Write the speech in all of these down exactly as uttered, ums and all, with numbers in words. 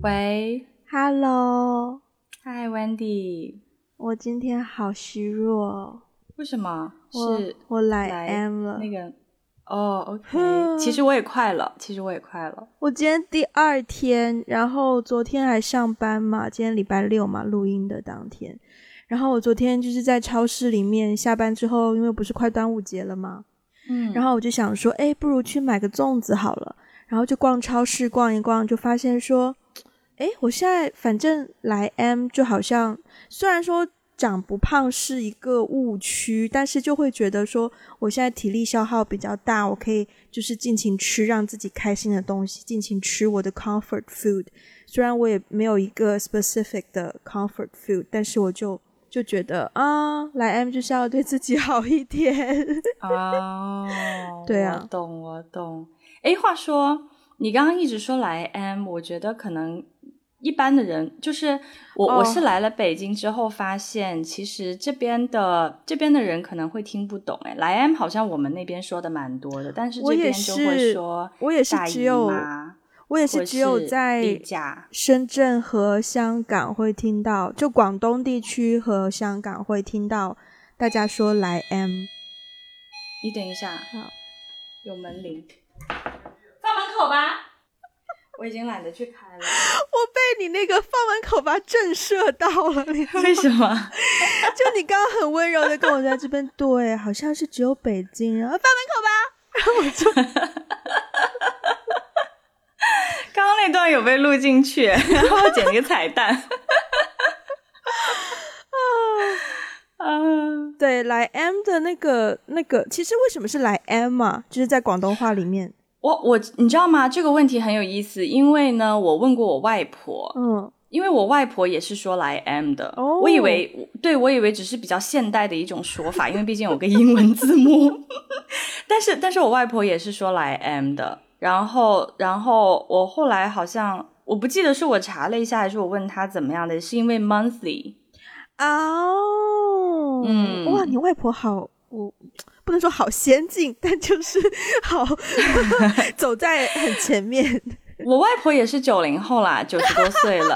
喂 Hello， Hi Wendy， 我今天好虚弱。 为什么？ 我是我来来 M 了。 那个哦、oh, OK 其实我也快了其实我也快了我今天第二天，然后昨天还上班嘛，今天礼拜六嘛，录音的当天。然后我昨天就是在超市里面下班之后，因为不是快端午节了嘛， 嗯， 然后我就想说，哎，不如去买个粽子好了。然后就逛超市逛一逛，就发现说，诶，我现在反正来 M 就好像虽然说长不胖是一个误区，但是就会觉得说我现在体力消耗比较大，我可以就是尽情吃让自己开心的东西，尽情吃我的 comfort food。虽然我也没有一个 specific 的 comfort food， 但是我就就觉得啊，来 M 就是要对自己好一点。 哦对啊， 我懂我懂。诶，话说你刚刚一直说来 M， 我觉得可能一般的人就是我、oh. 我是来了北京之后发现其实这边的这边的人可能会听不懂。诶，来 M 好像我们那边说的蛮多的，但是这边就会说我也是只有我也是只有在深圳和香港会听到，就广东地区和香港会听到大家说来 M。 你等一下， 好， 有门铃，放门口吧。我已经懒得去开了。 我被你那个放门口吧震慑到了。 为什么？ 就你刚刚很温柔的跟我在这边对，好像是只有北京，然后放门口吧，然后我就刚刚那段有被录进去，然后剪了一个彩蛋。 啊，对，来 M 的那个那个，其实为什么是来 M 啊？就是在广东话里面。 我我你知道吗？这个问题很有意思，因为呢，我问过我外婆， 嗯， 因为我外婆也是说来 M 的， 哦， 我以为对我以为只是比较现代的一种说法，因为毕竟有个英文字幕，但是但是我外婆也是说来 M 的，然后然后我后来好像我不记得是我查了一下还是我问她怎么样的，是因为 monthly。 哦， 嗯， 哇，你外婆好，我不能说好先进，但就是好走在很前面。 我外婆也是九零后啦，九十多岁了。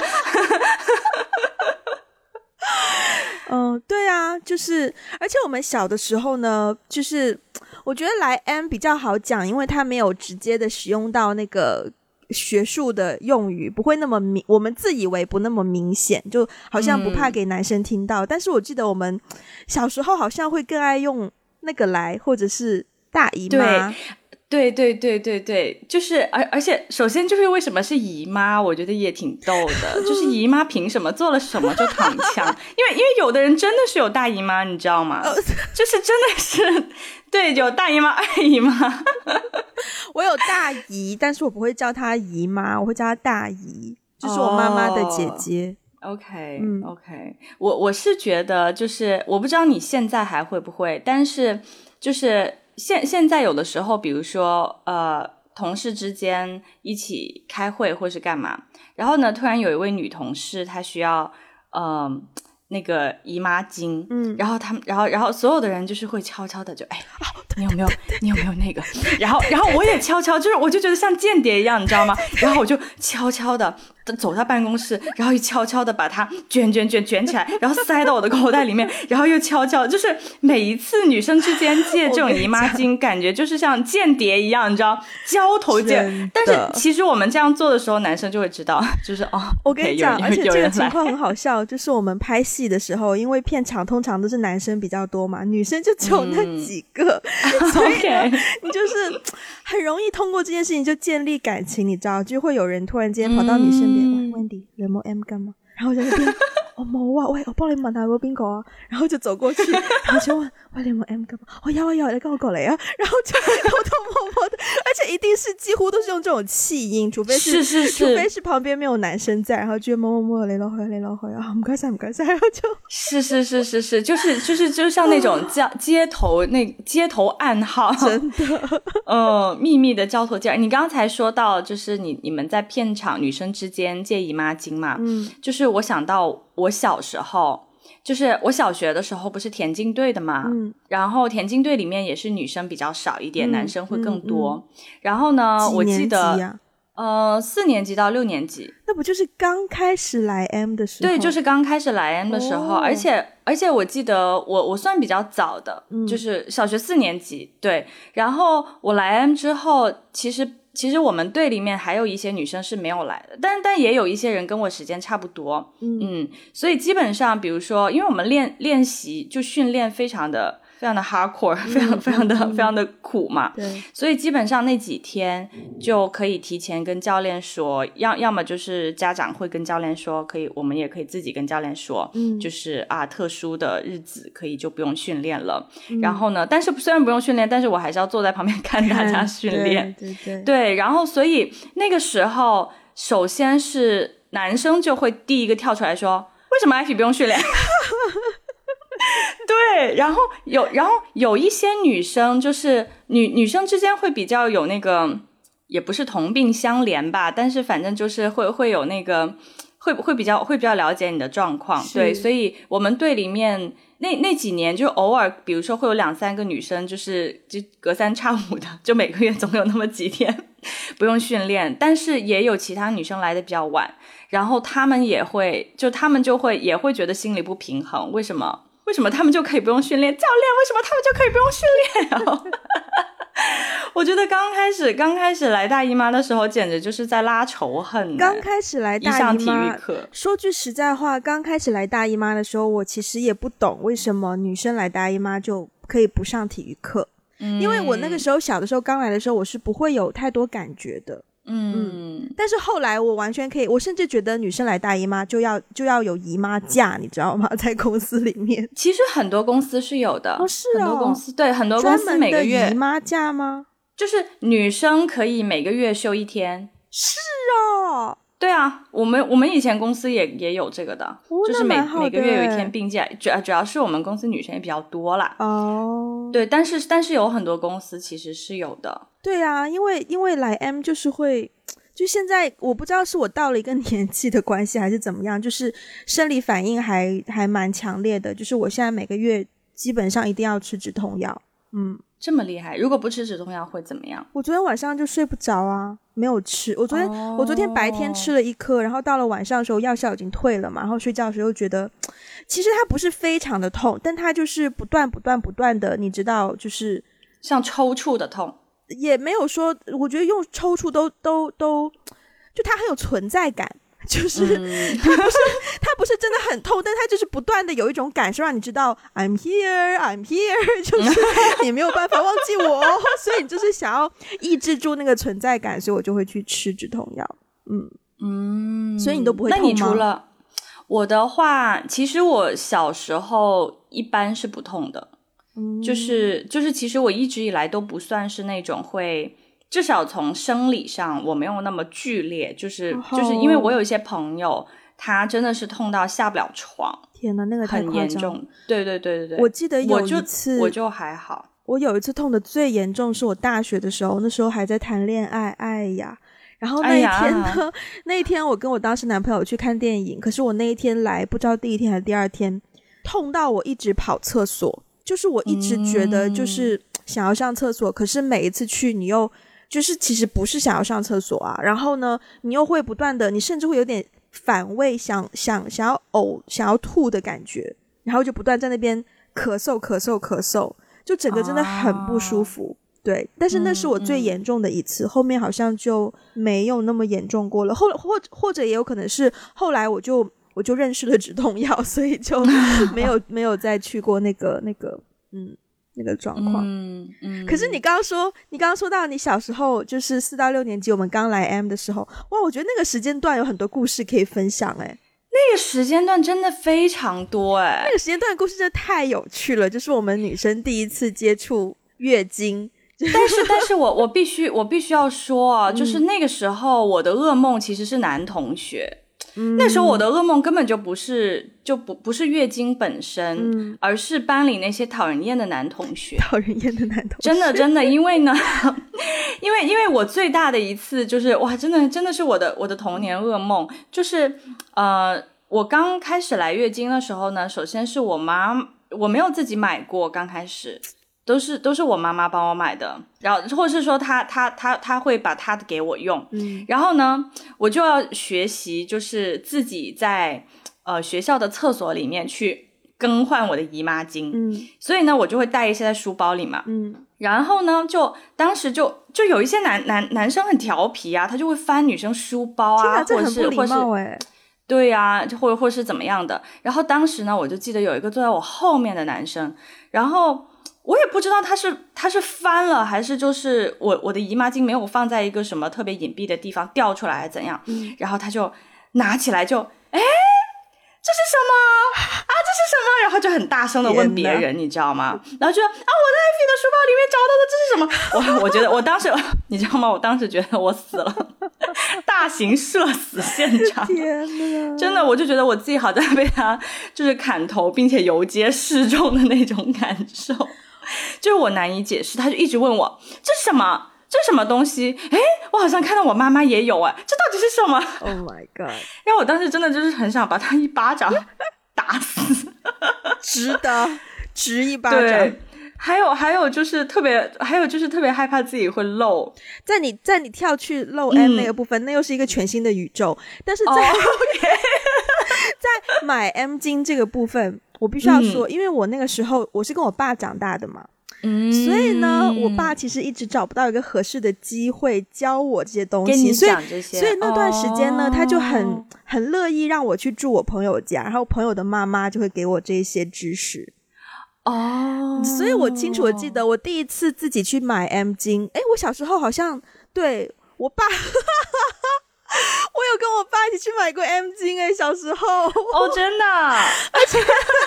嗯，对啊，就是而且我们小的时候呢，就是我觉得来 M 比较好讲，因为它没有直接的使用到那个学术的用语，不会那么明，我们自以为不那么明显，就好像不怕给男生听到，嗯，但是我记得我们小时候好像会更爱用那个来，或者是大姨妈。 对对对对对，就是而而且首先就是为什么是姨妈，我觉得也挺逗的。就是姨妈凭什么做了什么就躺枪？因为因为有的人真的是有大姨妈，你知道吗？就是真的是对，有大姨妈、二姨妈。 我有大姨，但是我不会叫她姨妈，我会叫她大姨，就是我妈妈的姐姐。 Oh, OK， 嗯 OK， 我我是觉得就是我不知道你现在还会不会，但是就是现现在有的时候，比如说呃同事之间一起开会或是干嘛，然后呢突然有一位女同事她需要呃那个姨妈巾， 嗯， 然后他们然后然后所有的人就是会悄悄的就哎，哦，你有没有你有没有那个，然后然后我也悄悄，就是我就觉得像间谍一样，你知道吗？然后我就悄悄的走到办公室，然后一悄悄的把它卷卷卷卷起来，然后塞到我的口袋里面，然后又悄悄，就是每一次女生之间借这种姨妈巾，感觉就是像间谍一样，你知道，交头接。但是其实我们这样做的时候，男生就会知道，就是哦， 我跟你讲， okay, 而且这个情况很好笑，就是我们拍戏的时候，因为片场通常都是男生比较多嘛，女生就只有那几个，嗯，所以呢你就是很容易通过这件事情就建立感情，你知道，就会有人突然间跑到你身边，嗯，喂 Wendy 你有冇 M 幹嘛？然後就那邊我冇啊，喂，我幫你問下嗰邊個啊，然後就走過去，然後就問喂，你有冇 M 幹嘛？我有啊有，你跟我過來啊，然後就偷偷摸摸的，而且一定是幾乎都是用這種氣音，除非是, 是, 是, 是除非是旁邊沒有男生在，然後就摸摸摸你落去你落去啊，唔該晒唔該晒，然後就是是是是是，就是就是就像那種街街頭那街頭暗號， 真的， 呃，秘密的交頭接耳。你剛才說到就是你你們在片場女生之間借姨媽巾嘛， 嗯， 就是我想到我小時候，就是我小學的時候不是田徑隊的嘛， 嗯， 然後田徑隊裡面也是女生比較少一點， 嗯， 男生會更多， 嗯嗯， 然後呢我記得幾年級啊呃，四年级到六年级。 那不就是刚开始来 M 的时候？ 对，就是刚开始来 M 的时候，哦、而且而且我记得我我算比较早的、嗯，就是小学四年级。对，然后我来 M 之后，其实其实我们队里面还有一些女生是没有来的，但但也有一些人跟我时间差不多。嗯嗯，所以基本上，比如说，因为我们练练习就训练非常的。非常的 hardcore， 非常非常的、嗯、非常的苦嘛， 对， 所以基本上那几天就可以提前跟教练说，要要么就是家长会跟教练说，可以，我们也可以自己跟教练说，嗯，就是啊，特殊的日子可以就不用训练了、嗯。然后呢，但是虽然不用训练，但是我还是要坐在旁边看大家训练， 对对对， 对。然后所以那个时候，首先是男生就会第一个跳出来说，为什么艾菲不用训练？对，然后有，然后有一些女生，就是女女生之间会比较有那个，也不是同病相怜吧，但是反正就是会会有那个，会会比较会比较了解你的状况。对，所以我们队里面那那几年就偶尔，比如说会有两三个女生，就是就隔三差五的，就每个月总有那么几天不用训练，但是也有其他女生来的比较晚，然后她们也会，就她们就会也会觉得心里不平衡，为什么？为什么他们就可以不用训练？教练，为什么他们就可以不用训练？然后我觉得刚开始刚开始来大姨妈的时候，简直就是在拉仇恨。 刚开始来大姨妈， 一上体育课， 说句实在话，刚开始来大姨妈的时候，我其实也不懂为什么女生来大姨妈就可以不上体育课。嗯，因为我那个时候小的时候刚来的时候，我是不会有太多感觉的。嗯, 嗯，但是后来我完全可以，我甚至觉得女生来大姨妈就要就要有姨妈假，你知道吗？在公司里面， 其实很多公司是有的。 哦，是哦， 很多公司对很多公司每个月专门的姨妈假吗？ 就是女生可以每个月休一天。 是哦。 对啊，我们我们以前公司也也有这个的， 哦、 就是每每个月有一天病假，主要主要是我们公司女生也比较多啦。 哦， 对，但是但是有很多公司其实是有的。 对啊，因为因为来 M 就是会，就现在我不知道是我到了一个年纪的关系还是怎么样，就是生理反应还还蛮强烈的，就是我现在每个月基本上一定要吃止痛药。嗯， 这么厉害？如果不吃止痛药会怎么样？ 我昨天晚上就睡不着啊，没有吃。我昨天、oh. 我昨天白天吃了一颗，然后到了晚上的时候药效已经退了嘛，然后睡觉的时候觉得其实它不是非常的痛，但它就是不断不断不断的，你知道，就是像抽搐的痛， 也没有说，我觉得用抽搐都都都就它很有存在感，就是、嗯、它不是它不是真的很痛，但它就是不断的有一种感受让你知道 I'm here I'm here， 就是你没有办法忘记我所以你就是想要抑制住那个存在感，所以我就会去吃止痛药。嗯嗯，所以你都不会痛吗？ 那你除了我的话，其实我小时候一般是不痛的，嗯、就是就是其实我一直以来都不算是那种会，至少从生理上我没有那么剧烈，就是就是因为我有一些朋友他真的是痛到下不了床， 天哪，那个太夸张， 很严重。对对对对对， 我记得有一次我就我就还好， 我有一次痛的最严重是我大学的时候，那时候还在谈恋爱，哎呀，然后那一天呢、哎、那一天我跟我当时男朋友去看电影，可是我那一天来不知道第一天还是第二天，痛到我一直跑厕所，就是我一直觉得就是想要上厕所、嗯、可是每一次去你又就是其实不是想要上厕所啊，然后呢你又会不断的，你甚至会有点反胃，想想想要呕想要吐的感觉，然后就不断在那边咳嗽咳嗽咳嗽，就整个真的很不舒服、啊、对，但是那是我最严重的一次、嗯嗯、后面好像就没有那么严重过了，后或或者也有可能是后来我就我就认识了止痛药，所以就没有没有再去过那个那个嗯那个状况。嗯嗯。可是你刚刚说，你刚刚说到你小时候就是四到六年级，我们刚来 M 的时候，哇，我觉得那个时间段有很多故事可以分享哎、欸。 那个时间段真的非常多哎、欸， 那个时间段的故事真的太有趣了，就是我们女生第一次接触月经。 但是，但是我我必须我必须要说啊，就是那个时候我的噩梦其实是男同学。嗯、那时候我的噩梦根本就不是就不不是月经本身、嗯、而是班里那些讨人厌的男同学， 讨人厌的男同学， 真的真的，因为呢因为因为我最大的一次就是哇，真的真的是我的我的童年噩梦，就是呃我刚开始来月经的时候呢，首先是我妈，我没有自己买过，刚开始都是都是我妈妈帮我买的，然后或是说她她她她会把她的给我用， 嗯， 然后呢我就要学习就是自己在呃学校的厕所里面去更换我的姨妈巾， 嗯， 所以呢我就会带一些在书包里嘛， 嗯， 然后呢就当时就就有一些男男男生很调皮啊，他就会翻女生书包啊， 天哪，这或者是很不礼貌哎。 对呀、啊，或者或是怎么样的。然后当时呢，我就记得有一个坐在我后面的男生，然后我也不知道他是他是翻了还是就是我我的姨妈巾没有放在一个什么特别隐蔽的地方掉出来还是怎样， 嗯， 然后他就拿起来就哎。这是什么啊？这是什么？然后就很大声的问别人，你知道吗？然后就啊，我在艾菲的书包里面找到的，这是什么？我我觉得我当时，你知道吗？我当时觉得我死了，大型社死现场。 天哪！ 真的，我就觉得我自己好像被他就是砍头，并且游街示众的那种感受，就是我难以解释。他就一直问我这是什么？这是什么东西？诶，我好像看到我妈妈也有诶，这到底是什么 ？Oh my god！ 然后我当时真的就是很想把他一巴掌打死， 值得，值一巴掌。 对，还有还有就是特别，还有就是特别害怕自己会漏。 在你在你跳去漏 M 那个部分，嗯、那又是一个全新的宇宙。但是在、 oh, okay. 在买 M 巾这个部分，我必须要说、嗯，因为我那个时候我是跟我爸长大的嘛。 嗯， 所以呢我爸其实一直找不到一个合适的机会教我这些东西，跟你讲这些， 所以所以那段时间呢、哦、他就很很乐意让我去住我朋友家，然后朋友的妈妈就会给我这些知识哦， 所以我清楚的记得我第一次自己去买 M 巾，诶，我小时候好像对我爸我有跟我爸一起去买过 M 巾诶，小时候哦，真的而且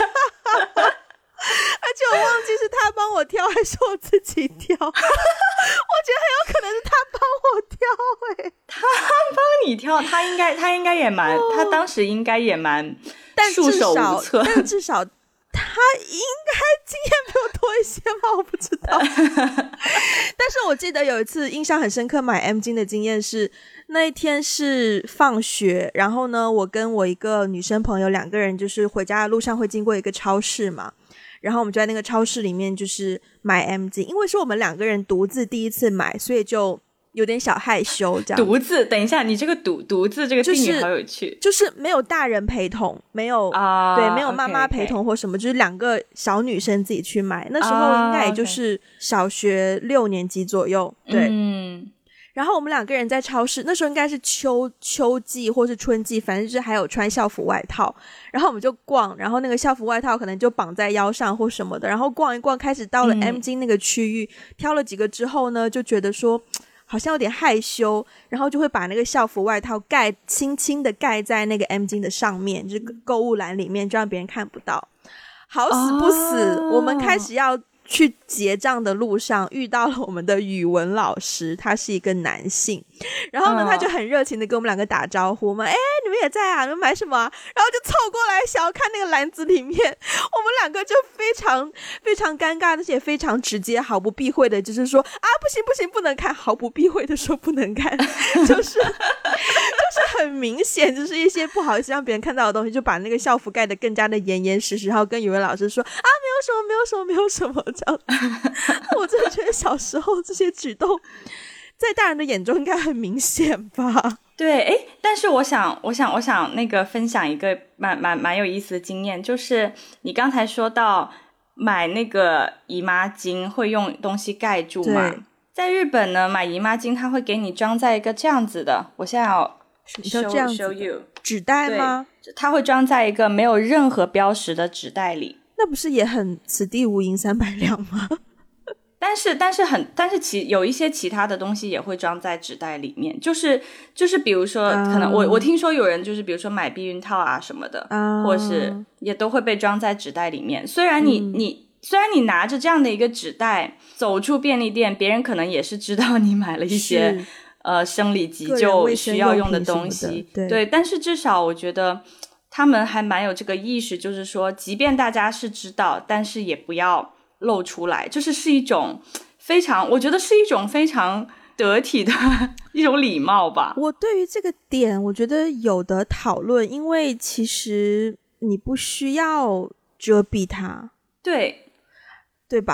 而且我忘记是他帮我挑还是我自己挑我觉得很有可能是他帮我挑诶， 他帮你挑，他应该他应该也蛮、哦、他当时应该也蛮束手无策， 但至少他应该经验比我多一些吗？我不知道但是我记得有一次印象很深刻买 M 巾的经验是，那一天是放学，然后呢我跟我一个女生朋友两个人就是回家的路上会经过一个超市嘛，然后我们就在那个超市里面就是买 M 巾，因为是我们两个人独自第一次买，所以就有点小害羞这样。 独自，等一下，你这个独独自这个定语好有趣， 就是、就是没有大人陪同，没有、uh, 对，没有妈妈陪同或什么， okay, okay. 就是两个小女生自己去买。那时候应该也就是小学六年级左右， uh, okay. 对。嗯。然后我们两个人在超市，那时候应该是秋秋季或是春季，反正就是还有穿校服外套，然后我们就逛，然后那个校服外套可能就绑在腰上或什么的，然后逛一逛，开始到了 M 巾那个区域、嗯、挑了几个之后呢，就觉得说好像有点害羞，然后就会把那个校服外套盖轻轻的盖在那个 M 巾的上面，就是购物篮里面，就让别人看不到。好死不死、哦、我们开始要去结账的路上遇到了我们的语文老师，他是一个男性，然后呢、嗯、他就很热情的跟我们两个打招呼嘛，诶你们也在啊，你们买什么、啊、然后就凑过来想要看那个篮子里面，我们两个就非常非常尴尬，而且非常直接毫不避讳的就是说啊不行不行不能看，毫不避讳的说不能看就是就是很明显就是一些不好意思让别人看到的东西，就把那个校服盖得更加的严严实实，然后跟语文老师说啊没有什么没有什么没有什么这样我真的觉得小时候这些举动在大人的眼中应该很明显吧。 对，诶，但是我想我想我想那个分享一个蛮蛮蛮有意思的经验，就是你刚才说到买那个姨妈巾会用东西盖住嘛，在日本呢买姨妈巾它会给你装在一个这样子的，我现在要 show, 这样子 show you 纸袋吗？ 它会装在一个没有任何标识的纸袋里， 那不是也很此地无银三百两吗？ 但是但是很但是其有一些其他的东西也会装在纸袋里面，就是就是比如说、uh, 可能我我听说有人就是比如说买避孕套啊什么的、uh, 或者是也都会被装在纸袋里面。虽然你、嗯、你虽然你拿着这样的一个纸袋走出便利店，别人可能也是知道你买了一些呃生理急救需要用的东西， 对对，但是至少我觉得他们还蛮有这个意识，就是说即便大家是知道，但是也不要露出来，就是是一种非常我觉得是一种非常得体的一种礼貌吧。 我对于这个点我觉得有得讨论，因为其实你不需要遮蔽它， 对对吧？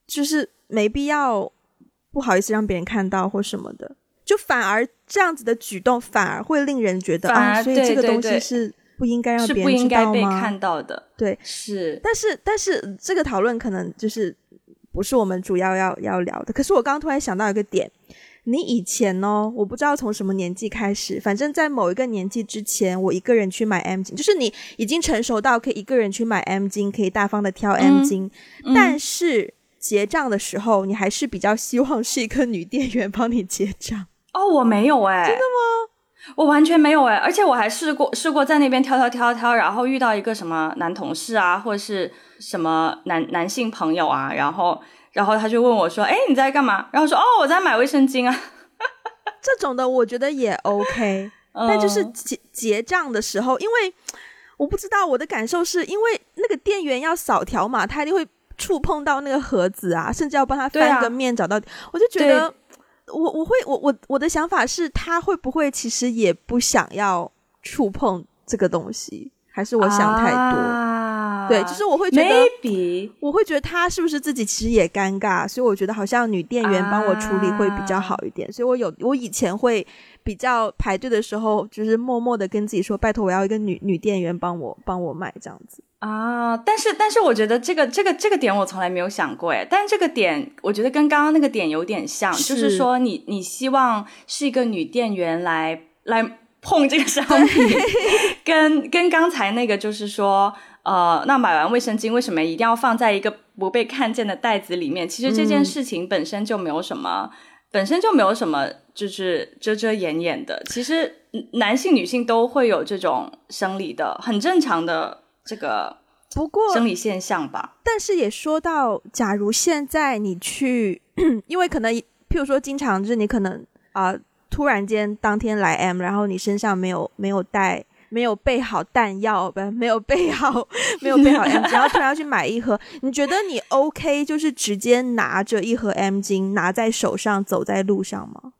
就是没必要不好意思让别人看到或什么的，就反而这样子的举动反而会令人觉得啊、哦，所以这个东西是不应该让别人知道吗？ 是不应该被看到的。 对， 是。 但是但是这个讨论可能就是不是我们主要要要聊的。可是我刚刚突然想到一个点，你以前哦，我不知道从什么年纪开始，反正在某一个年纪之前，我一个人去买 M 巾，就是你已经成熟到可以一个人去买 M 巾，可以大方的挑 M 巾、嗯、但是结账的时候你还是比较希望是一个女店员帮你结账。 哦，我没有耶。 真的吗？ 我完全没有耶，而且我还试过试过在那边挑挑挑挑，然后遇到一个什么男同事啊，或者是什么男男性朋友啊，然后然后他就问我说，诶你在干嘛？然后说，哦我在买卫生巾啊。 这种的我觉得也 OK、嗯、但就是结结账的时候，因为我不知道，我的感受是因为那个店员要扫条码，他一定会触碰到那个盒子啊，甚至要帮他翻个面找到、啊、我就觉得我我会我我我的想法是他会不会其实也不想要触碰这个东西，还是我想太多、啊、对，就是我会觉得 maybe 我会觉得他是不是自己其实也尴尬，所以我觉得好像女店员帮我处理会比较好一点、啊、所以我有我以前会比较排队的时候就是默默的跟自己说，拜托我要一个女女店员帮我帮我买这样子啊。但是但是我觉得这个这个这个点我从来没有想过耶，但这个点我觉得跟刚刚那个点有点像，是就是说你你希望是一个女店员来来碰这个商品，跟跟刚才那个就是说呃，那买完卫生巾为什么一定要放在一个不被看见的袋子里面？其实这件事情本身就没有什么、嗯、本身就没有什么就是遮遮掩掩的，其实男性女性都会有这种生理的很正常的这个不过生理现象吧。 但是也说到假如现在你去因为可能譬如说经常就是你可能啊、呃、突然间当天来 M， 然后你身上没有没有带没有备好弹药，不没有备好没有备好 M 巾，然后突然要去买一盒，你觉得你 OK 就是直接拿着一盒 M 巾拿在手上走在路上吗？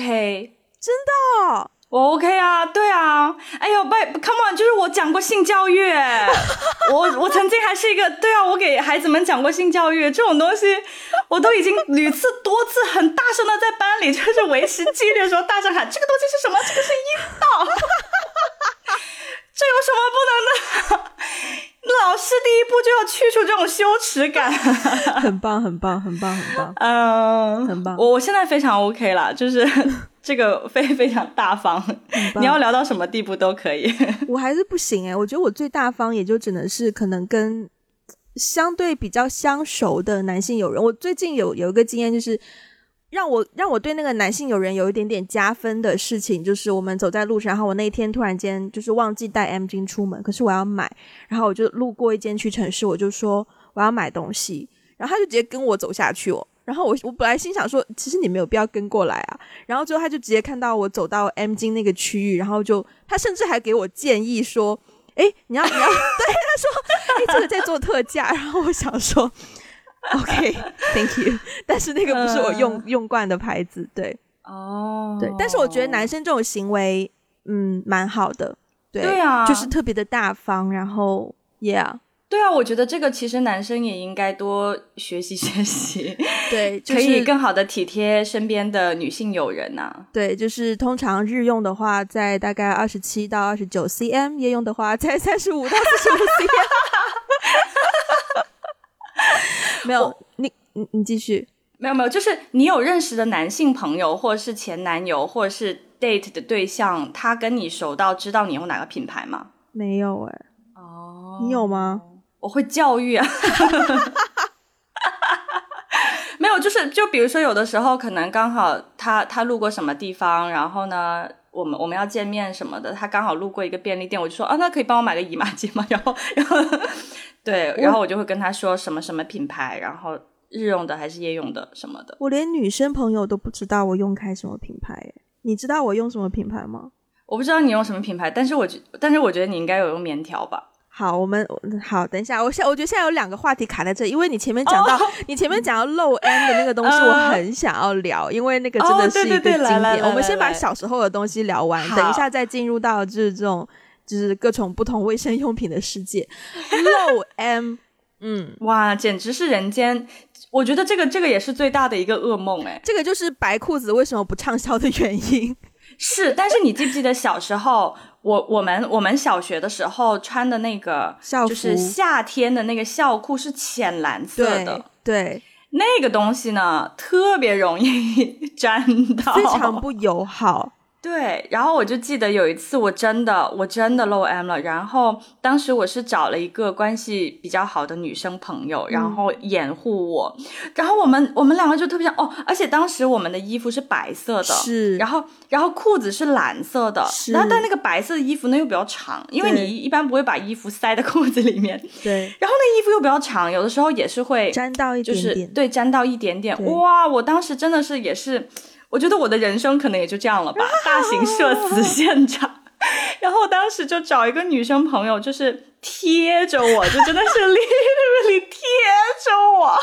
OK， 真的、哦、 我 OK 啊，对啊，哎呦拜 come on， 就是我讲过性教育我我曾经还是一个对啊，我给孩子们讲过性教育这种东西，我都已经屡次多次很大声的在班里就是维持纪律的时候大声喊这个东西是什么，这个是阴道这有什么不能的老师第一步就要去除这种羞耻感很棒很棒很棒很棒嗯、uh, 很棒， 我现在非常 OK 啦，就是这个非非常大方，你要聊到什么地步都可以我还是不行耶、欸、我觉得我最大方也就只能是可能跟相对比较相熟的男性友人，我最近有有一个经验，就是让我让我对那个男性友人有一点点加分的事情，就是我们走在路上，然后我那一天突然间就是忘记带 M 巾出门，可是我要买，然后我就路过一间屈臣氏，我就说我要买东西，然后他就直接跟我走下去哦，然后我我本来心想说其实你没有必要跟过来啊，然后之后他就直接看到我走到 M 巾那个区域，然后就他甚至还给我建议说诶你要你要对他说诶这个在做特价，然后我想说OK thank you 但是那个不是我用、uh, 用惯的牌子，对哦、oh. 对，但是我觉得男生这种行为嗯蛮好的，对对啊， 就是特别的大方，然后 yeah 对啊，我觉得这个其实男生也应该多学习学习对、就是、 可以更好的体贴身边的女性友人啊。 对，就是通常日用的话在大概二十七到二十九 cm， 夜用的话在三十五到四十五 cm 没有你你你继续。 没有没有，就是你有认识的男性朋友或者是前男友或者是 date 的对象，他跟你熟到知道你用哪个品牌吗？ 没有哎、欸。哦，你有吗？ 我会教育啊没有，就是就比如说有的时候可能刚好他他路过什么地方，然后呢我们我们要见面什么的，他刚好路过一个便利店，我就说啊那可以帮我买个姨妈巾吗？然后然后对，然后我就会跟他说什么什么品牌，然后日用的还是夜用的什么的。 我连女生朋友都不知道我用开什么品牌耶，你知道我用什么品牌吗？ 我不知道你用什么品牌，但是我但是我觉得你应该有用棉条吧。 好，我们好，等一下，我现我觉得现在有两个话题卡在这里，因为你前面讲到、oh. 你前面讲到露 M 的那个东西，我很想要聊， uh. 因为那个真的是一个经典。Oh, 对对对，我们先把小时候的东西聊完，等一下再进入到就是这种就是各种不同卫生用品的世界。露 M， 嗯， 哇，简直是人间。 我觉得这个这个也是最大的一个噩梦哎， 这个就是白裤子为什么不畅销的原因。 是，但是你记不记得小时候，我我们我们小学的时候穿的那个校服， 就是夏天的那个校裤是浅蓝色的， 对，对那个东西呢特别容易沾到， 非常不友好。 对，然后我就记得有一次我真的我真的露 M 了，然后当时我是找了一个关系比较好的女生朋友，然后掩护我、嗯、然后我们我们两个就特别像哦，而且当时我们的衣服是白色的， 是， 然后然后裤子是蓝色的，然后但那个白色的衣服呢又比较长，因为你一般不会把衣服塞在裤子里面， 对， 然后那衣服又比较长，有的时候也是会沾到一点点、就是、 对，沾到一点点，哇，我当时真的是也是我觉得我的人生可能也就这样了吧，大型社死现场。然后当时就找一个女生朋友，就是贴着我，就真的是 literally 贴着我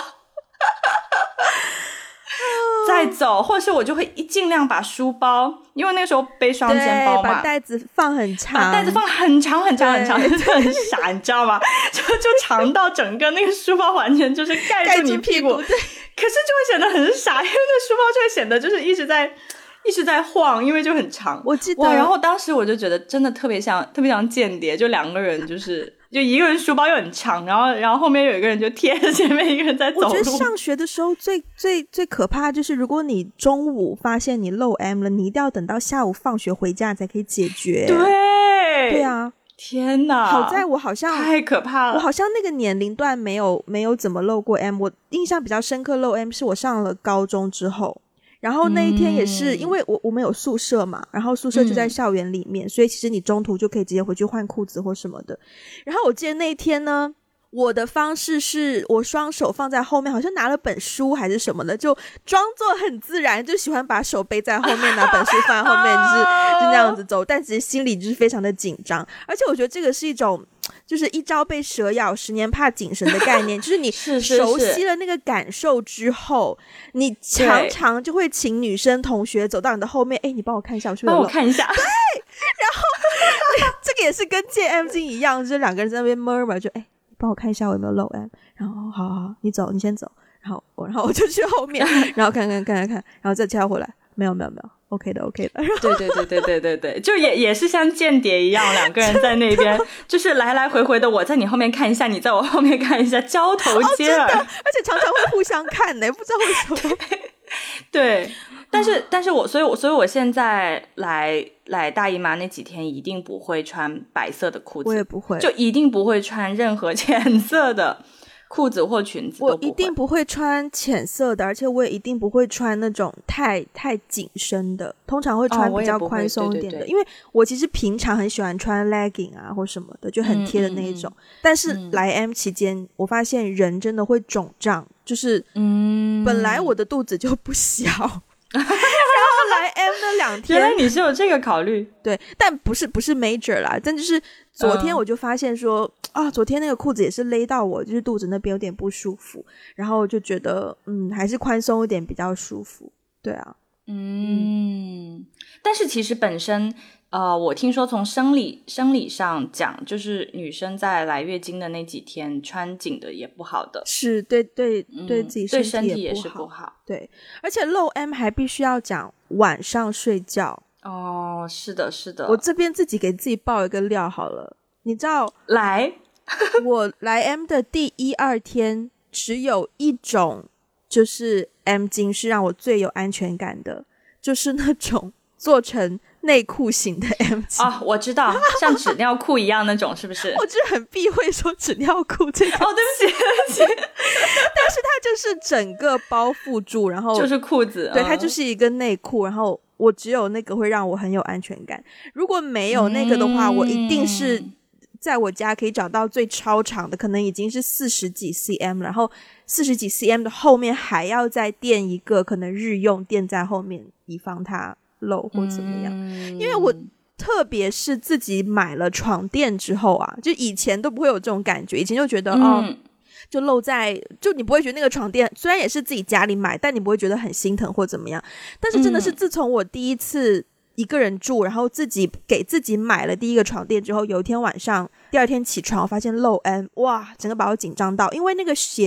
再走，或者是我就会尽量把书包，因为那个时候背双肩包嘛， 把袋子放很长， 把袋子放很长很长很长，就很傻，你知道吗？就就长到整个那个书包完全就是盖住你屁股， 对， 可是就会显得很傻，因为那书包就会显得就是一直在一直在晃，因为就很长。 我记得， 哇，然后当时我就觉得真的特别像特别像间谍，就两个人就是就一个人书包又很长，然后然后后面有一个人就贴着前面一个人在走路。 我觉得上学的时候最最最可怕的就是如果你中午发现你漏 M 了，你一定要等到下午放学回家才可以解决。 对对啊， 天哪， 好在我好像太可怕了， 我好像那个年龄段没有没有怎么漏过 M。 我印象比较深刻漏 M 是我上了高中之后，然后那一天也是、嗯、因为我我们有宿舍嘛，然后宿舍就在校园里面、嗯、所以其实你中途就可以直接回去换裤子或什么的。然后我记得那一天呢，我的方式是我双手放在后面，好像拿了本书还是什么的，就装作很自然，就喜欢把手背在后面，拿本书放在后面，就是就那样子走，但其实心里就是非常的紧张。而且我觉得这个是一种就是一朝被蛇咬十年怕井绳的概念，就是你熟悉了那个感受之后，是是是你常常就会请女生同学走到你的后面，哎，你帮我看一下，我是不是有漏？ 帮我看一下。 对，然后这个也是跟借 M 巾一样，就是两个人在那边 murmur， 就哎，帮我看一下我有没有漏 M， 然后好好好，你走，你先走，然后我然后我就去后面，然后看看看看看，然后再跳回来，没有没有没有。OK 的 OK 的， 对对对对对对对，就也也是像间谍一样，两个人在那边就是来来回回的，我在你后面看一下，你在我后面看一下，交头接耳、哦、 真的，而且常常会互相看呢，不知道为什么。 对，但是但是我所以我所以我现在来来大姨妈那几天一定不会穿白色的裤子， 我也不会， 就一定不会穿任何浅色的裤子或裙子， 我一定不会穿浅色的，而且我也一定不会穿那种太太紧身的，通常会穿比较宽松一点的、哦、对对对，因为我其实平常很喜欢穿 legging 啊或什么的，就很贴的那一种、嗯、但是来 M 期间、嗯、我发现人真的会肿胀，就是嗯，本来我的肚子就不小然后来 M 的两天， 原来你是有这个考虑， 对，但不是不是 major 啦，但就是昨天我就发现说、嗯、啊，昨天那个裤子也是勒到我，就是肚子那边有点不舒服，然后就觉得嗯，还是宽松一点比较舒服，对啊， 嗯，嗯但是其实本身呃，我听说从生理生理上讲，就是女生在来月经的那几天穿紧的也不好的， 是对对、嗯、对自己身体也不好，对身体也是不好， 对，而且漏 M 还必须要讲晚上睡觉哦，是的是的， 我这边自己给自己爆一个料好了，你知道来我来 M 的第一二天只有一种就是 M 巾是让我最有安全感的，就是那种做成内裤型的 M 巾啊、哦，我知道，像纸尿裤一样那种，是不是？ 我就是很避讳说纸尿裤这个。 哦，对不起，对不起。 但是它就是整个包覆住，然后就是裤子， 对， 嗯、 它就是一个内裤，然后我只有那个会让我很有安全感。如果没有那个的话，嗯、我一定是在我家可以找到最超长的，可能已经是四十几 cm， 然后四十几 cm 的后面还要再垫一个，可能日用垫在后面，以防它漏或怎么样、嗯、因为我特别是自己买了床垫之后啊，就以前都不会有这种感觉，以前就觉得、嗯、哦就漏在，就你不会觉得那个床垫虽然也是自己家里买，但你不会觉得很心疼或怎么样，但是真的是自从我第一次一个人住，然后自己给自己买了第一个床垫之后，有一天晚上第二天起床我发现漏 M， 哇整个把我紧张到，因为那个血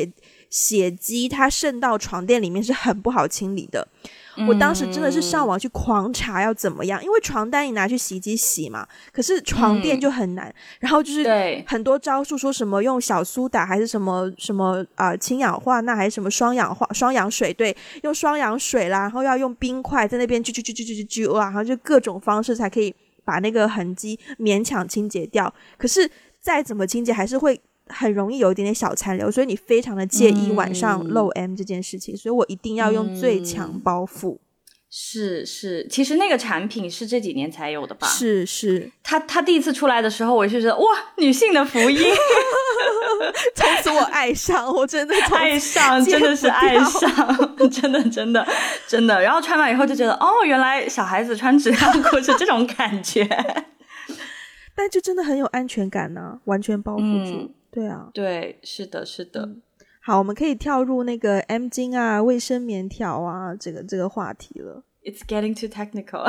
血迹它渗到床垫里面是很不好清理的。我当时真的是上网去狂查要怎么样，因为床单你拿去洗衣机洗嘛，可是床垫就很难、嗯、然后就是很多招数，说什么用小苏打还是什么什么啊、呃、氢氧化钠还是什么双氧化双氧水，对，用双氧水啦，然后要用冰块在那边啾啾啾啾啾啾啾，然后就各种方式才可以把那个痕迹勉强清洁掉，可是再怎么清洁还是会很容易有一点点小残留，所以你非常的介意晚上漏 M 这件事情、嗯、所以我一定要用最强包覆、嗯、 是是，其实那个产品是这几年才有的吧？ 是是， 它它第一次出来的时候我就觉得哇，女性的福音从此我爱上，我真的爱上，真的是爱上真的真的真的，然后穿完以后就觉得哦，原来小孩子穿纸尿裤是这种感觉但就真的很有安全感啊，完全包覆住、嗯对啊， 对，是的是的、嗯、 好，我们可以跳入那个 M 巾啊卫生棉条啊这个这个话题了。 It's getting too technical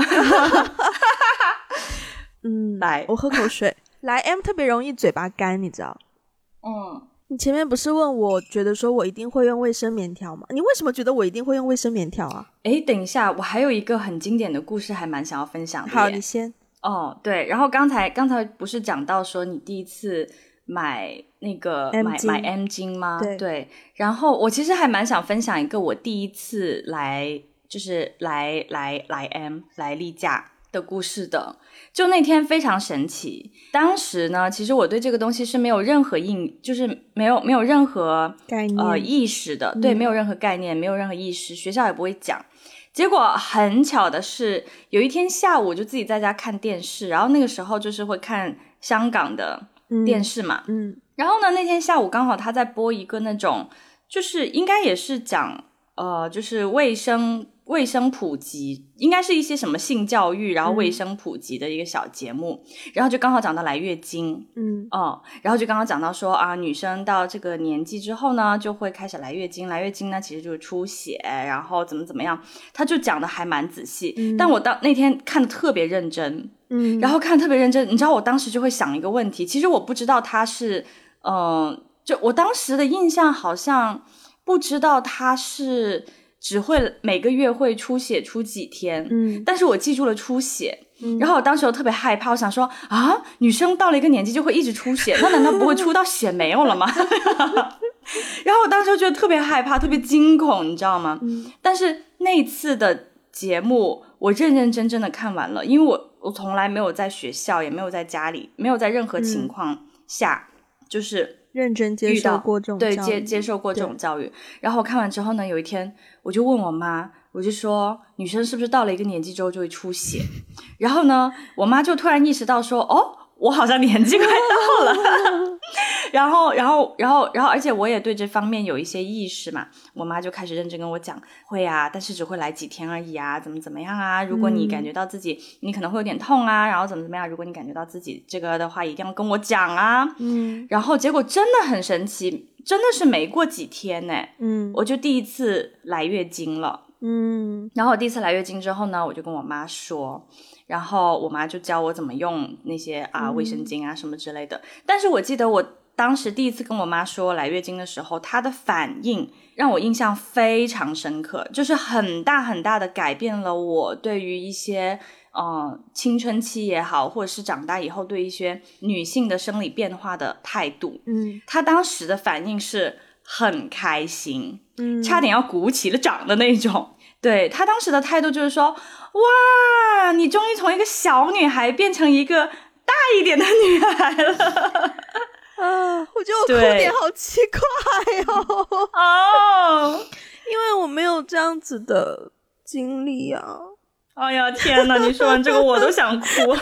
嗯， 来我喝口水来 M 特别容易嘴巴干你知道。 嗯， 你前面不是问我觉得说我一定会用卫生棉条吗？你为什么觉得我一定会用卫生棉条啊？ 诶，等一下，我还有一个很经典的故事还蛮想要分享的。 好，你先。 哦，对，然后刚才刚才不是讲到说你第一次买那个 M 买买 M 巾吗？ 对, 对，然后我其实还蛮想分享一个我第一次来就是来来来 M 来例假的故事的。就那天非常神奇，当时呢其实我对这个东西是没有任何印就是没有没有任何概念呃意识的、嗯、对，没有任何概念，没有任何意识，学校也不会讲。结果很巧的是有一天下午我就自己在家看电视，然后那个时候就是会看香港的电视嘛， 嗯, 嗯然后呢那天下午刚好他在播一个那种就是应该也是讲呃就是卫生卫生普及，应该是一些什么性教育然后卫生普及的一个小节目、嗯、然后就刚好讲到来月经， 嗯哦，然后就刚刚讲到说啊，女生到这个年纪之后呢就会开始来月经，来月经呢其实就是出血，然后怎么怎么样，他就讲的还蛮仔细、嗯、但我当那天看的特别认真，嗯，然后看得特别认真，你知道我当时就会想一个问题，其实我不知道他是嗯、呃，就我当时的印象好像不知道他是只会每个月会出血出几天，嗯，但是我记住了出血、嗯、然后我当时我特别害怕，我想说啊，女生到了一个年纪就会一直出血，那难道不会出到血没有了吗然后我当时就觉得特别害怕，特别惊恐，你知道吗、嗯、但是那一次的节目我认认真真的看完了，因为我我从来没有在学校也没有在家里没有在任何情况下、嗯、就是认真接受过这种教育， 对，接接受过这种教育。然后我看完之后呢，有一天我就问我妈，我就说女生是不是到了一个年纪之后就会出血然后呢我妈就突然意识到说哦，我好像年纪快到了然后然后然后然后而且我也对这方面有一些意识嘛，我妈就开始认真跟我讲，会啊，但是只会来几天而已啊，怎么怎么样啊，如果你感觉到自己、嗯、你可能会有点痛啊，然后怎么怎么样，如果你感觉到自己这个的话一定要跟我讲啊，嗯，然后结果真的很神奇，真的是没过几天呢，嗯，我就第一次来月经了，嗯，然后我第一次来月经之后呢，我就跟我妈说，然后我妈就教我怎么用那些啊卫生巾啊什么之类的、嗯、但是我记得我当时第一次跟我妈说来月经的时候，她的反应让我印象非常深刻，就是很大很大的改变了我对于一些呃青春期也好，或者是长大以后对一些女性的生理变化的态度。嗯，她当时的反应是很开心，嗯，差点要鼓起了掌的那种。对，她当时的态度就是说，哇，你终于从一个小女孩变成一个大一点的女孩了啊，我觉得我哭点好奇怪哦哦， 因为我没有这样子的经历啊。 哎呀天哪，你说完这个我都想哭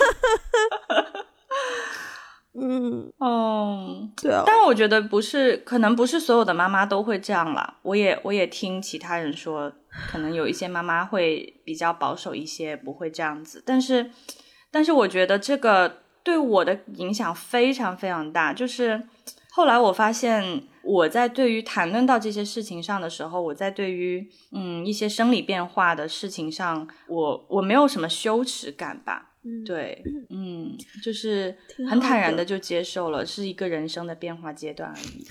嗯哦， 对啊， 但我觉得不是，可能不是所有的妈妈都会这样啦，我也我也听其他人说可能有一些妈妈会比较保守一些，不会这样子，但是但是我觉得这个对我的影响非常非常大，就是后来我发现我在对于谈论到这些事情上的时候，我在对于嗯一些生理变化的事情上，我我没有什么羞耻感吧，嗯，对，嗯，就是很坦然的就接受了，是一个人生的变化阶段而已。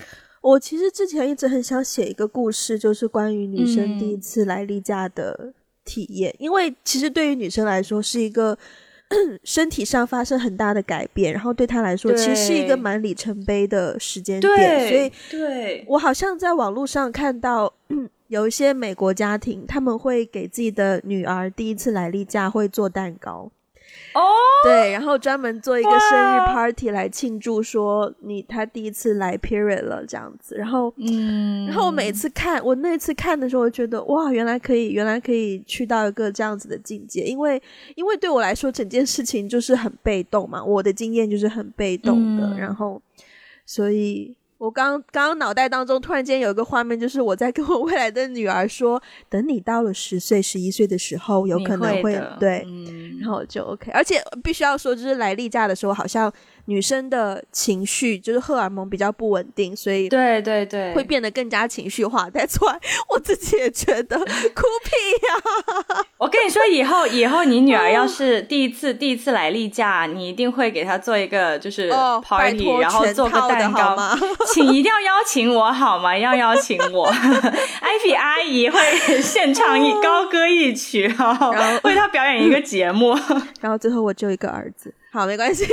我其实之前一直很想写一个故事，就是关于女生第一次来例假的体验、嗯、因为其实对于女生来说是一个身体上发生很大的改变，然后对她来说其实是一个蛮里程碑的时间点，所以对我好像在网络上看到有一些美国家庭他们会给自己的女儿第一次来例假会做蛋糕哦， 对，然后专门做一个生日 party 来庆祝说你他第一次来 period 了这样子，然后嗯，然后我每次看我那次看的时候我觉得哇原来可以原来可以去到一个这样子的境界，因为因为对我来说整件事情就是很被动嘛，我的经验就是很被动的、嗯、然后所以我刚刚刚脑袋当中突然间有一个画面，就是我在跟我未来的女儿说等你到了十岁十一岁的时候有可能会对、嗯、然后就 OK， 而且必须要说就是来例假的时候好像女生的情绪就是荷尔蒙比较不稳定，所以对对对会变得更加情绪化，但出来我自己也觉得哭屁呀、啊、 我跟你说以后以后你女儿要是第一次第一次来例假，你一定会给她做一个就是 party、哦、然后做个蛋糕请一定要邀请我好吗？要邀请我艾比阿姨会现唱一高歌一曲，然后为她表演一个节目然后最后我只有一个儿子，好没关系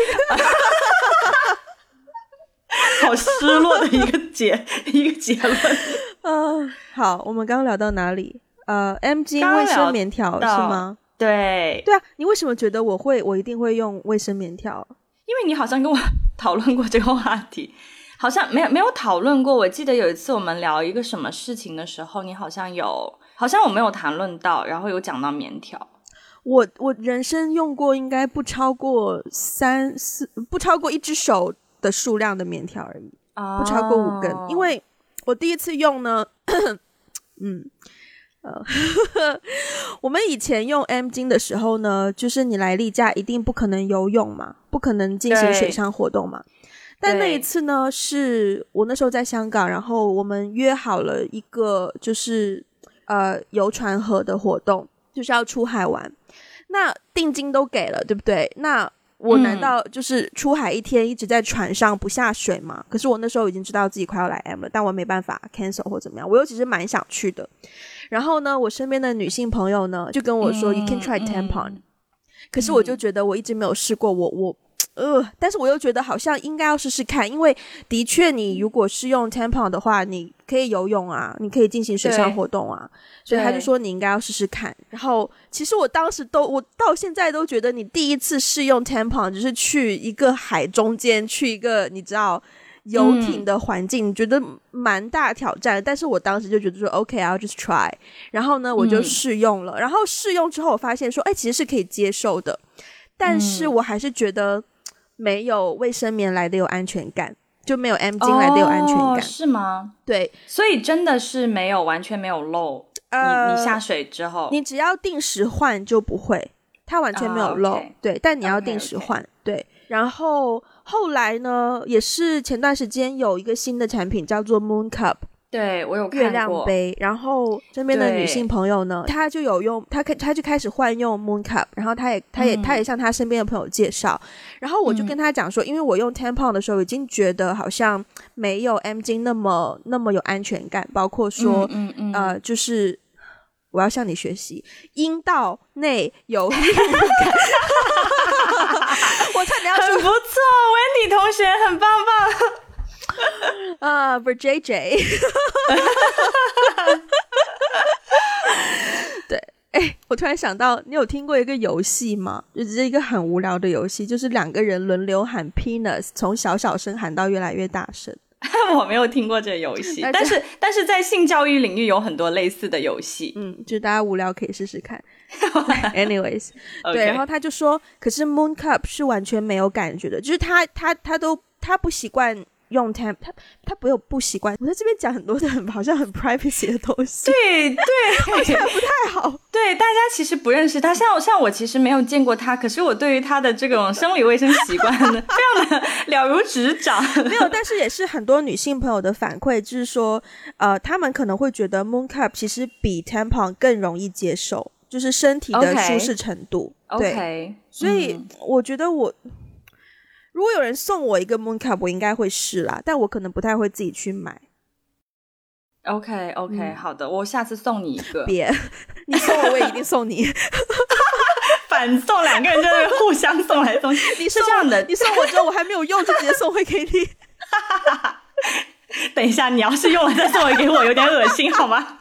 好失落的一个结一个结论呃，好，我们刚刚聊到哪里？呃 M 巾卫生棉条是吗？ 对对啊，你为什么觉得我会我一定会用卫生棉条？ 因为你好像跟我讨论过这个话题，好像没有没有讨论过。我记得有一次我们聊一个什么事情的时候，你好像有好像我没有谈论到，然后有讲到棉条。 我我人生用过应该不超过三四不超过一只手的数量的棉条而已、oh. 不超过五根，因为我第一次用呢嗯呃我们以前用 M 巾的时候呢，就是你来例假一定不可能游泳嘛，不可能进行水上活动嘛，但那一次呢是我那时候在香港，然后我们约好了一个就是呃游船河的活动，就是要出海玩，那定金都给了对不对，那我难道就是出海一天一直在船上不下水吗、嗯、可是我那时候已经知道自己快要来 M 了，但我没办法 cancel 或怎么样，我又其实蛮想去的，然后呢我身边的女性朋友呢就跟我说、嗯、You can try tampon、嗯、可是我就觉得我一直没有试过，我我呃，但是我又觉得好像应该要试试看，因为的确你如果是用 tampon 的话你可以游泳啊，你可以进行水上活动啊，所以他就说你应该要试试看。然后其实我当时都我到现在都觉得你第一次试用 tampon 就是去一个海中间，去一个你知道游艇的环境、嗯、觉得蛮大挑战，但是我当时就觉得说 OK I'll just try， 然后呢我就试用了、嗯、然后试用之后我发现说哎其实是可以接受的，但是我还是觉得没有卫生棉来的有安全感，就没有 M 巾来的有安全感、哦、 是吗？ 对， 所以真的是没有完全没有漏、呃、你, 你下水之后你只要定时换就不会，它完全没有漏、哦 okay. 对，但你要定时换、okay, okay. 对，然后后来呢也是前段时间有一个新的产品叫做 Moon Cup， 对我有看过月亮杯，然后身边的女性朋友呢她就有用，她她就开始换用 Moon Cup， 然后她也她也、嗯、她也向她身边的朋友介绍，然后我就跟她讲说、嗯、因为我用 tampon 的时候已经觉得好像没有 M 巾那么那么有安全感，包括说、嗯嗯嗯、呃就是我要向你学习阴道内有感我差点要说很不错 Wendy 同学很棒棒啊、uh, for J J 对，哎，我突然想到你有听过一个游戏吗？就是一个很无聊的游戏，就是两个人轮流喊 penis， 从小小声喊到越来越大声我没有听过这个游戏但是但是在性教育领域有很多类似的游戏， 嗯，就是大家无聊可以试试看anyways 对， okay. 然后他就说可是 Moon Cup 是完全没有感觉的，就是他他他都他不习惯用 temp 他他不有不习惯，我在这边讲很多的很好像很 privacy 的东西， 对对好像不太好， 对，大家其实不认识他，像像我其实没有见过他，可是我对于他的这种生理卫生习惯呢非常的了如指掌没有，但是也是很多女性朋友的反馈，就是说呃，他们可能会觉得 Moon Cup 其实比 tampon 更容易接受，就是身体的舒适程度 OK, 对 okay. 所以、嗯、我觉得我如果有人送我一个 Moon Cup 我应该会试啦，但我可能不太会自己去买， OK OK、嗯、好的，我下次送你一个。 别，你送我我也一定送你。 反送，两个人在那互相送来送去。 你是这样的，你送我之后我还没有用就直接送回给你。 等一下，你要是用了再送回给我有点恶心好吗？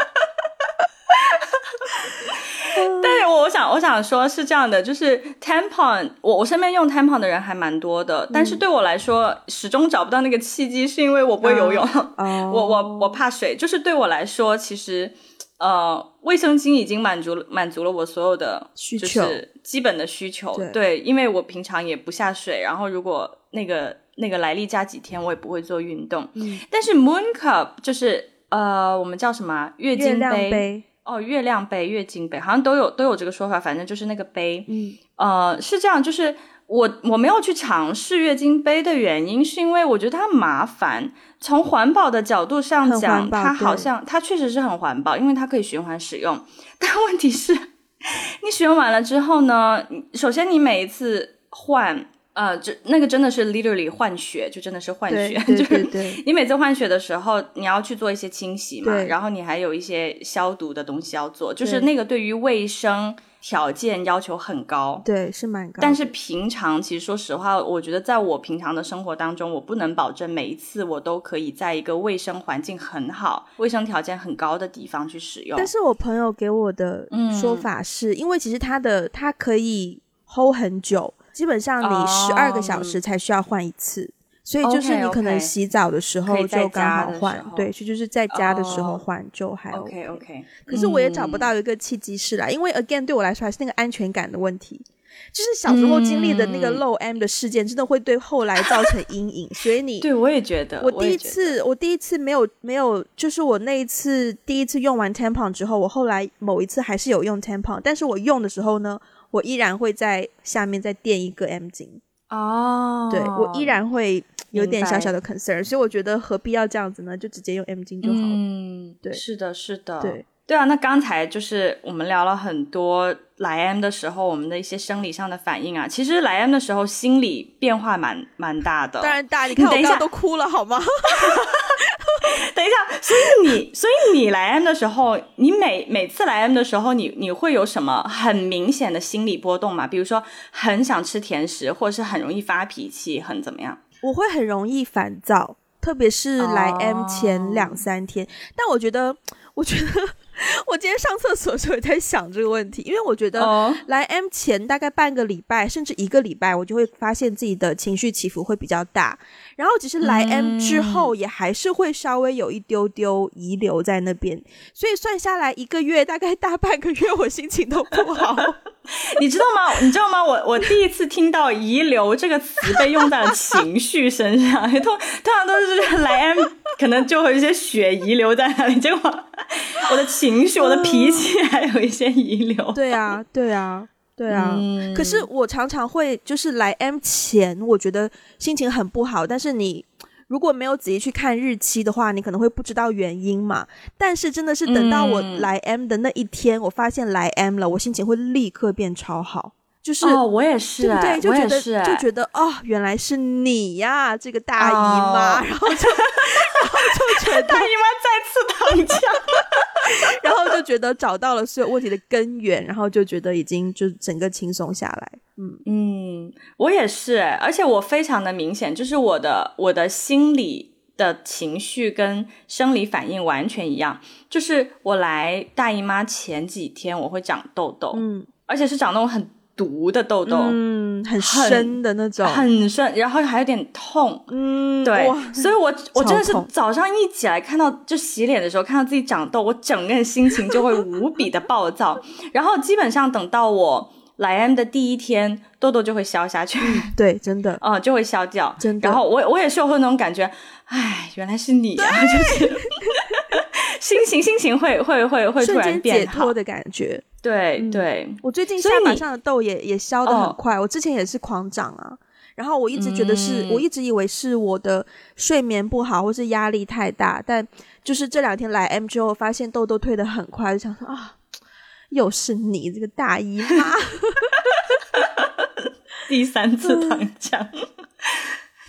但是我想我想说是这样的，就是 tampon 我我身边用 tampon 的人还蛮多的、嗯、但是对我来说始终找不到那个契机，是因为我不会游泳、哦、我我我怕水，就是对我来说其实呃卫生巾已经满足满足了我所有的需求， 就是基本的需求。 对, 对，因为我平常也不下水，然后如果那个那个来例假几天我也不会做运动、嗯、但是 moon cup 就是呃我们叫什么月经杯， 月亮杯哦，月亮杯、月经杯好像都有都有这个说法，反正就是那个杯。嗯，呃，是这样，就是我我没有去尝试月经杯的原因，是因为我觉得它麻烦。从环保的角度上讲，它好像它确实是很环保，因为它可以循环使用。但问题是，你使用完了之后呢，首先你每一次换。呃，就那个真的是 literally 换血，就真的是换血， 对对对对， 就是你每次换血的时候你要去做一些清洗嘛，然后你还有一些消毒的东西要做，就是那个对于卫生条件要求很高， 对，是蛮高的。 但是平常其实说实话，我觉得在我平常的生活当中，我不能保证每一次我都可以在一个卫生环境很好、卫生条件很高的地方去使用。 但是我朋友给我的说法是、嗯、因为其实它的它可以 hold 很久，基本上你十二个小时才需要换一次、oh, 所以就是你可能洗澡的时候就刚好换， okay, okay. 对，所以就是在家的时候换就还 OK, OK, OK。 可是我也找不到一个契机是啦、嗯、因为 again 对我来说还是那个安全感的问题，就是小时候经历的那个漏 M 的事件真的会对后来造成阴影所以你对我也觉得我第一次我第一次没有没有就是我那一次第一次用完 tampon 之后，我后来某一次还是有用 tampon， 但是我用的时候呢我依然会在下面再垫一个 M 巾哦， 对，我依然会有点小小的 concern， 所以我觉得何必要这样子呢，就直接用 M 巾就好了。嗯，对， 是的是的， 对对啊。那刚才就是我们聊了很多来 M 的时候我们的一些生理上的反应啊，其实来 M 的时候心理变化蛮蛮大的， 当然大，你看我刚刚都哭了好吗？ 等一下，所以你所以你来 M 的时候，你每每次来 M 的时候，你你会有什么很明显的心理波动吗？比如说很想吃甜食，或者是很容易发脾气，很怎么样？ 我会很容易烦躁，特别是来 M 前两三天、oh. 但我觉得我觉得我今天上厕所的时候也在想这个问题，因为我觉得来 M 前大概半个礼拜甚至一个礼拜我就会发现自己的情绪起伏会比较大，然后其实来 M 之后也还是会稍微有一丢丢遗留在那边，所以算下来一个月大概大半个月我心情都不好。 你知道吗你知道吗我我第一次听到遗留这个词被用在了情绪身上，通通常都是来 M 可能就会有一些血遗留在那里，结果我的情绪、呃、我的脾气还有一些遗留。 对啊对啊对啊、嗯、可是我常常会就是来 M 前我觉得心情很不好，但是你如果没有仔细去看日期的话你可能会不知道原因嘛，但是真的是等到我来 M 的那一天、嗯、我发现来 M 了，我心情会立刻变超好，就是哦，我也是、欸、 对不对？就觉得我也是、欸、 就觉得哦，原来是你呀，这个大姨妈，哦、然后就然后就觉得大姨妈再次躺枪， 然后就觉得找到了所有问题的根源，然后就觉得已经就整个轻松下来。嗯嗯，我也是、欸，而且我非常的明显，就是我的我的心理的情绪跟生理反应完全一样，就是我来大姨妈前几天我会长痘痘，嗯，而且是长那种很毒的痘痘， 嗯，很深的那种， 很深，然后还有点痛，嗯，对，所以我我真的是早上一起来看到就洗脸的时候看到自己长痘，我整个人心情就会无比的暴躁，然后基本上等到我来 M 的第一天痘痘就会消下去、嗯、 对，真的嗯，就会消掉， 真的。 然后我我也是会那种感觉，哎，原来是你啊，就是心情心情会会会会突然变好， 瞬间解脱的感觉。 对、嗯、对， 我最近下巴上的痘也也消得很快、哦、我之前也是狂长啊，然后我一直觉得是、嗯、我一直以为是我的睡眠不好或是压力太大，但就是这两天来 M 之后发现痘痘退得很快，就想说啊，又是你这个大姨妈第三次躺枪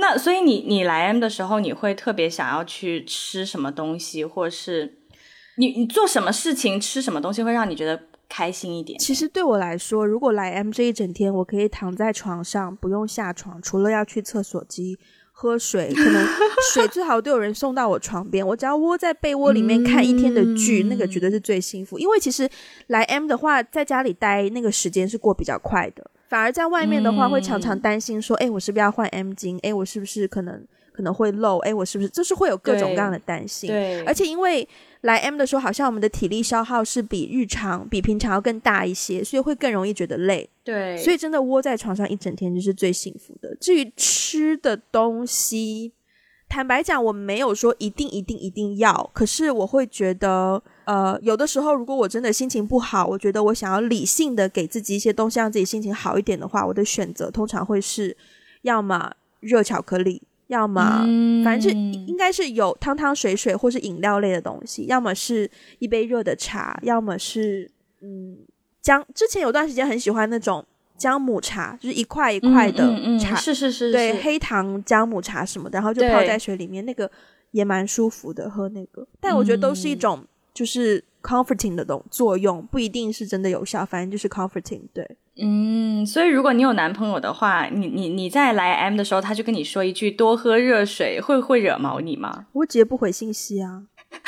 那所以你你来 M 的时候，你会特别想要去吃什么东西，或是你你做什么事情吃什么东西会让你觉得开心一点？ 其实对我来说，如果来 M 这一整天，我可以躺在床上不用下床，除了要去厕所机喝水，可能水最好都有人送到我床边，我只要窝在被窝里面看一天的剧、嗯、那个绝对是最幸福。因为其实来 M 的话，在家里待那个时间是过比较快的，反而在外面的话会常常担心说，哎、嗯，我是不是要换 M 巾？哎，我是不是可能可能会漏？哎，我是不是就是会有各种各样的担心？ 对， 而且因为来 M 的时候，好像我们的体力消耗是比日常、比平常要更大一些，所以会更容易觉得累。 对， 所以真的窝在床上一整天就是最幸福的。至于吃的东西，坦白讲，我没有说一定一定一定要，可是我会觉得，呃，有的时候如果我真的心情不好，我觉得我想要理性的给自己一些东西，让自己心情好一点的话，我的选择通常会是，要么热巧克力。要么、嗯、反正是应该是有汤汤水水或是饮料类的东西，要么是一杯热的茶，要么是嗯姜。之前有段时间很喜欢那种姜母茶，就是一块一块的茶， 嗯嗯嗯、是是是， 对，黑糖姜母茶什么的，然后就泡在水里面，那个也蛮舒服的，喝那个。但我觉得都是一种就是 comforting 的作用，不一定是真的有效，反正就是 comforting。 对， 嗯，所以如果你有男朋友的话，你你你在来 M 的时候，他就跟你说一句多喝热水，会会惹毛你吗？ 我直接不回信息啊。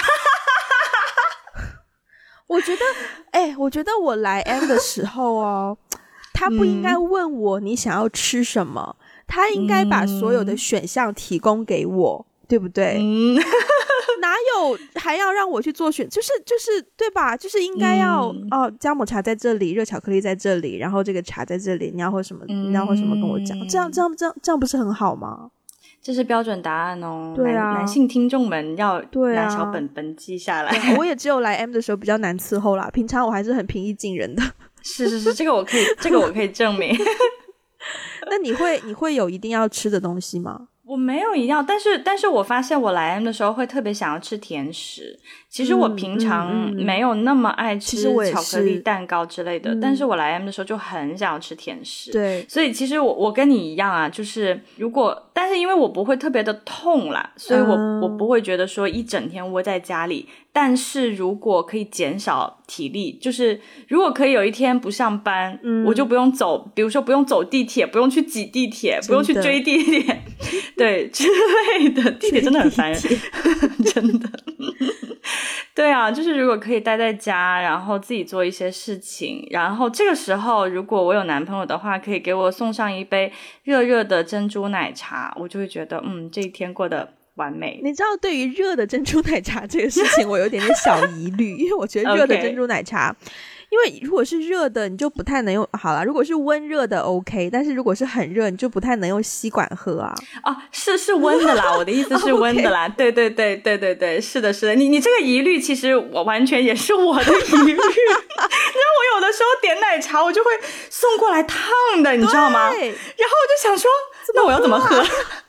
我觉得哎、欸，我觉得我来 M 的时候哦，他不应该问我你想要吃什么、嗯、他应该把所有的选项提供给我、嗯、对不对？嗯，哪有还要让我去做选，就是就是对吧，就是应该要、嗯、哦，姜母茶在这里，热巧克力在这里，然后这个茶在这里，你要喝什么、嗯、你要喝什么跟我讲，这样这样这样这样不是很好吗？ 这是标准答案哦。 对啊， 男, 男性听众们要拿小本本记下来、 啊、我也只有来 M 的时候比较难伺候啦，平常我还是很平易近人的。 是是是，这个我可以这个我可以证明。 那你会你会有一定要吃的东西吗？ 我没有一样，但是但是我发现我来 M 的时候会特别想要吃甜食。其实我平常没有那么爱吃巧克力蛋糕之类的、嗯、但是我来 M 的时候就很想要吃甜食。 对， 所以其实我我跟你一样啊，就是如果但是因为我不会特别的痛啦，所以我、嗯、我不会觉得说一整天窝在家里。但是如果可以减少体力，就是如果可以有一天不上班、嗯、我就不用走，比如说不用走地铁，不用去挤地铁，不用去追地铁对之类的，地铁真的很烦人真的对啊，就是如果可以待在家，然后自己做一些事情，然后这个时候如果我有男朋友的话，可以给我送上一杯热热的珍珠奶茶，我就会觉得嗯，这一天过得完美。 你知道对于热的珍珠奶茶这个事情我有点点小疑虑因为我觉得热的珍珠奶茶、okay. 因为如果是热的你就不太能用，好啦，如果是温热的 OK， 但是如果是很热你就不太能用吸管喝啊。 哦，是是温的啦我的意思是温的啦、okay. 对对对对对对，是的是的，你你这个疑虑其实我完全也是我的疑虑因为我有的时候点奶茶我就会送过来烫的你知道吗，然后我就想说那我要怎么喝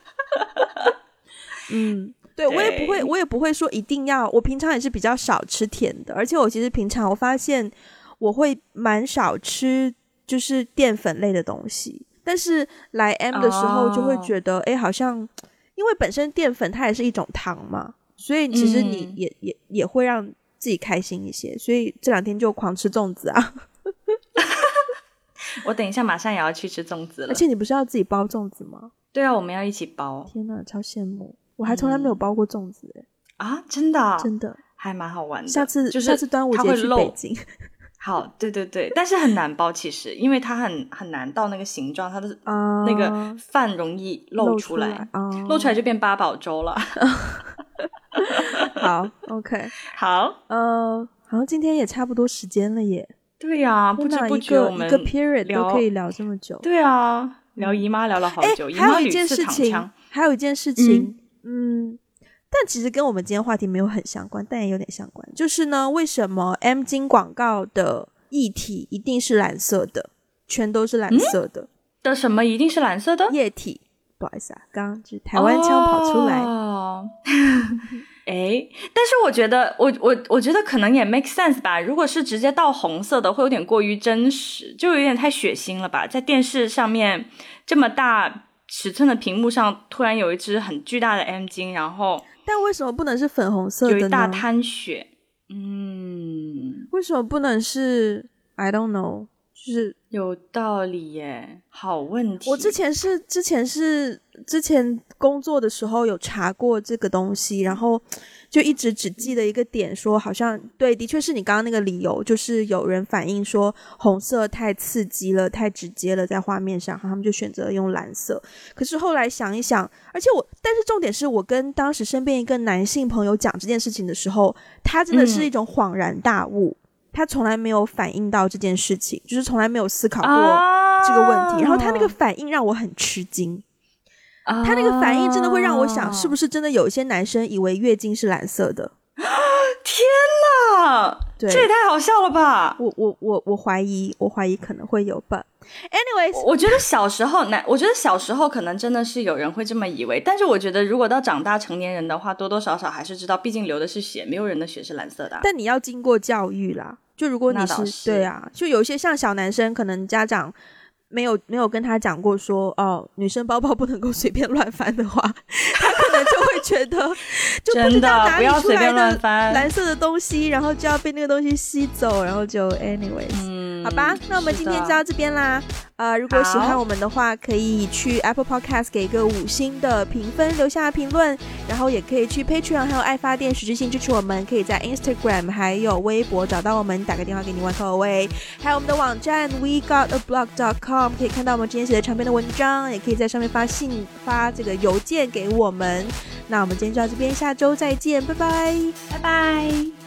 嗯，对，我也不会我也不会说一定要，我平常也是比较少吃甜的，而且我其实平常我发现我会蛮少吃就是淀粉类的东西，但是来 M 的时候就会觉得哎、oh. 好像因为本身淀粉它也是一种糖嘛，所以其实你也、嗯、也也会让自己开心一些，所以这两天就狂吃粽子啊我等一下马上也要去吃粽子了。 而且你不是要自己包粽子吗？ 对啊，我们要一起包。 天哪，超羡慕，我还从来没有包过粽子、欸嗯、啊，真的、啊、 真的还蛮好玩的。 下次、 就是、 下次端午节去北京好，对对对，但是很难包其实，因为它很很难到那个形状，它的那个饭容易露出来，露出来、uh... 露出来就变八宝粥了好 OK 好呃，好像今天也差不多时间了耶。 对啊，不知不觉我们一个 period 都可以聊这么久。 对啊，聊姨妈聊了好久、欸、姨妈屡次躺枪。 还有一件事情 嗯, 嗯但其实跟我们今天话题没有很相关，但也有点相关，就是呢为什么 M 巾广告的液体一定是蓝色的，全都是蓝色的、嗯、 的什么一定是蓝色的液体，不好意思啊，刚刚就是台湾腔跑出来哦诶，但是我觉得我我我觉得可能也 make sense 吧，如果是直接倒红色的会有点过于真实，就有点太血腥了吧，在电视上面这么大尺寸的屏幕上突然有一只很巨大的 M 巾，然后但为什么不能是粉红色的呢？ 有一大滩血。嗯， 为什么不能是 I don't know， 就是有道理耶，好问题。 我之前是之前是之前工作的时候有查过这个东西，然后就一直只记得一个点，说好像对，的确是你刚刚那个理由，就是有人反映说红色太刺激了，太直接了在画面上，他们就选择用蓝色。可是后来想一想，而且我但是重点是我跟当时身边一个男性朋友讲这件事情的时候，他真的是一种恍然大悟、嗯、他从来没有反应到这件事情，就是从来没有思考过这个问题、啊、然后他那个反应让我很吃惊，他那个反应真的会让我想，是不是真的有一些男生以为月经是蓝色的？ 天哪，这也太好笑了吧！ 我我我我怀疑，我怀疑可能会有吧。Anyways， 我觉得小时候男，我觉得小时候可能真的是有人会这么以为，但是我觉得如果到长大成年人的话，多多少少还是知道，毕竟流的是血，没有人的血是蓝色的、啊。 但你要经过教育啦，就如果你 是, 是对啊，就有一些像小男生，可能家长。没有没有跟他讲过说哦，女生包包不能够随便乱翻的话，他可能就会觉得就不知道哪里出来的蓝色的东西，然后就要被那个东西吸走，然后就 anyways、嗯、好吧，那我们今天就到这边啦。呃，如果喜欢我们的话，可以去 Apple Podcast 给一个五星的评分，留下评论，然后也可以去 Patreon 还有爱发电实质性支持我们，可以在 Instagram 还有微博找到我们，打个电话给你 one call away， 还有我们的网站 we got a blog dot com， 可以看到我们之前写的长篇的文章，也可以在上面发信发这个邮件给我们。那我们今天就到这边，下周再见，拜拜， 拜拜。